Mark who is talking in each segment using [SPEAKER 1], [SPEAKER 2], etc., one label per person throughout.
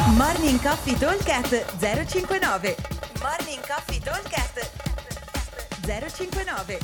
[SPEAKER 1] Morning Coffee Talkcast 059. Morning Coffee Talkcast 059.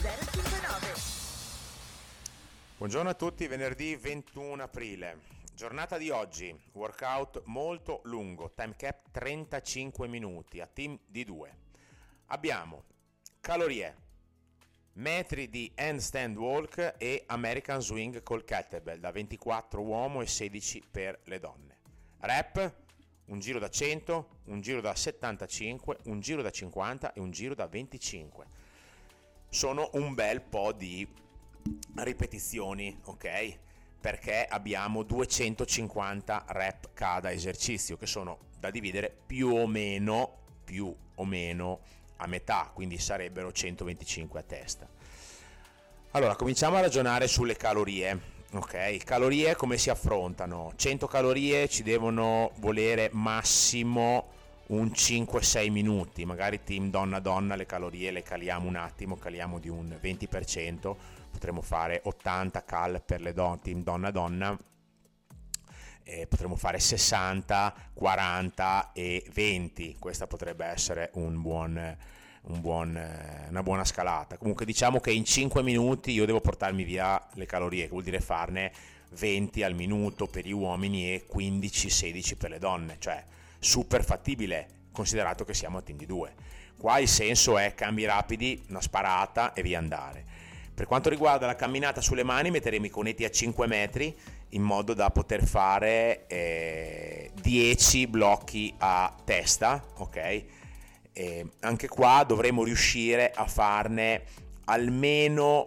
[SPEAKER 2] Buongiorno a tutti, venerdì 21 aprile. Giornata di oggi, workout molto lungo, time cap 35 minuti a team di 2. Abbiamo calorie, metri di handstand walk e American swing col kettlebell da 24 uomo e 16 per le donne. Rep, un giro da 100, un giro da 75, un giro da 50 e un giro da 25. Sono un bel po' di ripetizioni, ok? Perché abbiamo 250 rep cada esercizio, che sono da dividere più o meno a metà, quindi sarebbero 125 a testa. Allora, cominciamo a ragionare sulle calorie. Ok, calorie come si affrontano? 100 calorie ci devono volere massimo un 5-6 minuti, magari team donna-donna le calorie le caliamo un attimo, caliamo di un 20%, potremmo fare 80 cal per le team donna-donna, potremmo fare 60, 40 e 20, questa potrebbe essere una buona scalata. Comunque diciamo che in 5 minuti io devo portarmi via le calorie, che vuol dire farne 20 al minuto per gli uomini e 15-16 per le donne, cioè super fattibile considerato che siamo a team di 2. Qua il senso è cambi rapidi, una sparata e via andare. Per quanto riguarda la camminata sulle mani, metteremo i conetti a 5 metri in modo da poter fare 10 blocchi a testa, ok? Anche qua dovremo riuscire a farne almeno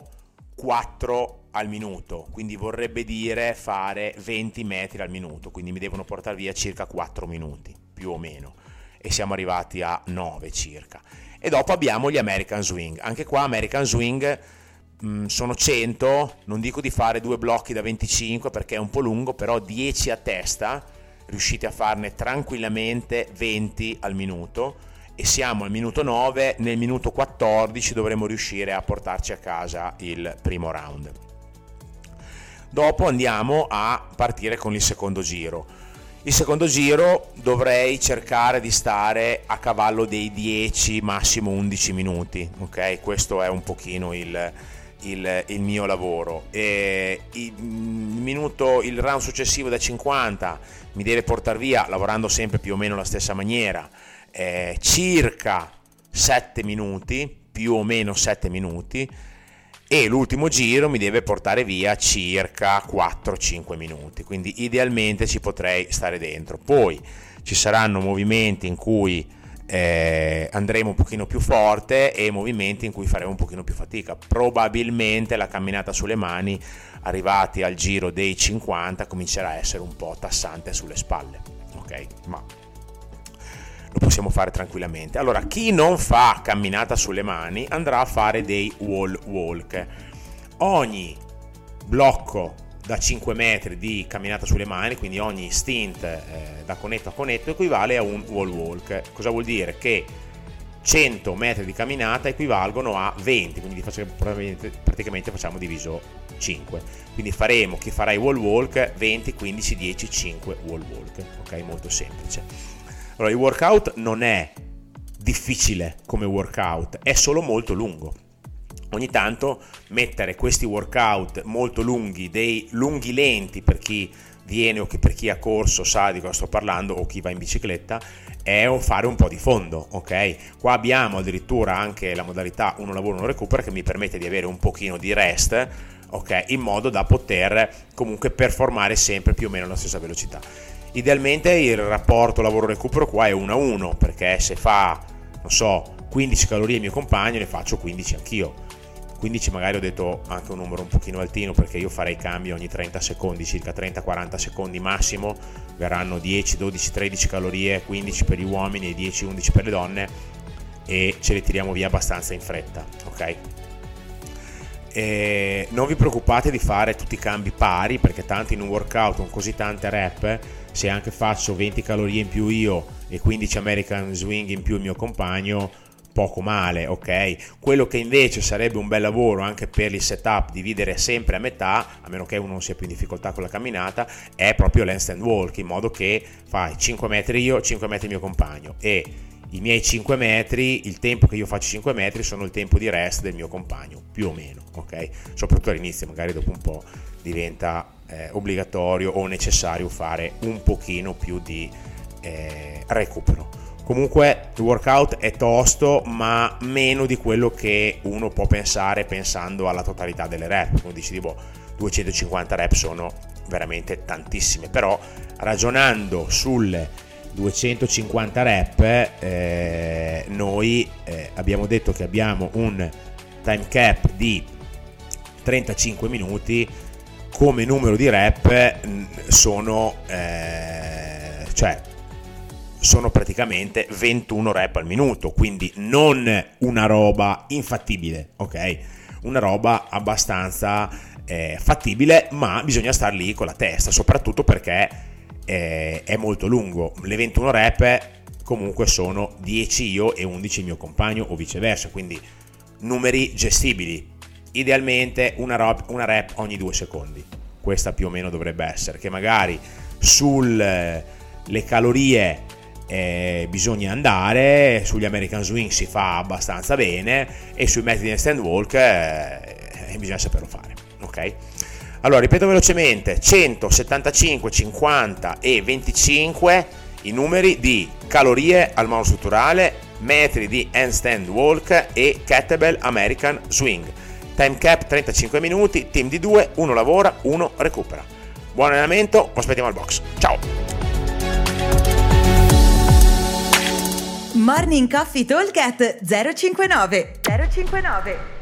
[SPEAKER 2] 4 al minuto, quindi vorrebbe dire fare 20 metri al minuto, quindi mi devono portare via circa 4 minuti più o meno, e siamo arrivati a 9 circa. E dopo abbiamo gli American Swing. Anche qua American Swing sono 100, non dico di fare 2 blocchi da 25 perché è un po' lungo, però 10 a testa riuscite a farne tranquillamente 20 al minuto, e siamo al minuto 9, nel minuto 14 dovremo riuscire a portarci a casa il primo round. Dopo andiamo a partire con il secondo giro. Il secondo giro dovrei cercare di stare a cavallo dei 10, massimo 11 minuti, ok? Questo è un pochino il mio lavoro. Il round successivo da 50 mi deve portare via, lavorando sempre più o meno alla stessa maniera, circa 7 minuti, più o meno 7 minuti, e l'ultimo giro mi deve portare via circa 4-5 minuti, quindi idealmente ci potrei stare dentro. Poi ci saranno movimenti in cui andremo un pochino più forte e movimenti in cui faremo un pochino più fatica. Probabilmente la camminata sulle mani, arrivati al giro dei 50, comincerà a essere un po' tassante sulle spalle, ok? Ma lo possiamo fare tranquillamente. Allora, chi non fa camminata sulle mani andrà a fare dei wall walk. Ogni blocco da 5 metri di camminata sulle mani, quindi ogni stint da conetto a conetto, equivale a un wall walk. Cosa vuol dire? Che 100 metri di camminata equivalgono a 20, quindi praticamente facciamo diviso 5. Quindi faremo, chi farà i wall walk, 20, 15, 10, 5 wall walk. Ok, molto semplice. Allora, il workout non è difficile come workout, è solo molto lungo. Ogni tanto mettere questi workout molto lunghi, dei lunghi lenti per chi viene o per chi ha corso sa di cosa sto parlando, o chi va in bicicletta, è fare un po' di fondo, ok? Qua abbiamo addirittura anche la modalità uno lavoro uno recupera, che mi permette di avere un pochino di rest, ok? In modo da poter comunque performare sempre più o meno alla stessa velocità. Idealmente il rapporto lavoro-recupero qua è 1-1, perché se fa, non so, 15 calorie il mio compagno, ne faccio 15 anch'io. 15 magari ho detto anche un numero un pochino altino, perché io farei cambi ogni 30 secondi, circa 30-40 secondi massimo, verranno 10, 12, 13 calorie, 15 per gli uomini e 10, 11 per le donne, e ce le tiriamo via abbastanza in fretta, ok? Non vi preoccupate di fare tutti i cambi pari, perché tanto in un workout con così tante rep, se anche faccio 20 calorie in più io e 15 American Swing in più il mio compagno, poco male, ok? Quello che invece sarebbe un bel lavoro anche per il setup, dividere sempre a metà, a meno che uno non sia più in difficoltà con la camminata, è proprio l'handstand walk, in modo che fai 5 metri io, 5 metri il mio compagno, e i miei 5 metri, il tempo che io faccio 5 metri sono il tempo di rest del mio compagno, più o meno, ok? Soprattutto all'inizio, magari dopo un po' diventa obbligatorio o necessario fare un pochino più di recupero. Comunque il workout è tosto, ma meno di quello che uno può pensare pensando alla totalità delle rep. Come dici, tipo 250 rep sono veramente tantissime, però ragionando sulle 250 rep noi abbiamo detto che abbiamo un time cap di 35 minuti. Come numero di rep sono praticamente 21 rep al minuto, quindi non una roba infattibile, ok? Una roba abbastanza fattibile, ma bisogna star lì con la testa, soprattutto perché è molto lungo. Le 21 rep comunque sono 10 io e 11 il mio compagno, o viceversa, quindi numeri gestibili. Idealmente una rep ogni 2 secondi, questa più o meno dovrebbe essere, che magari sulle calorie bisogna andare, sugli American Swing si fa abbastanza bene, e sui metodi di handstand walk bisogna saperlo fare, ok? Allora, ripeto velocemente: 175, 50 e 25 i numeri di calorie al monostrutturale, metri di handstand walk e kettlebell American Swing. Time cap 35 minuti, team di 2, uno lavora, uno recupera. Buon allenamento, aspettiamo al box. Ciao!
[SPEAKER 1] Morning Coffee Talk at 059.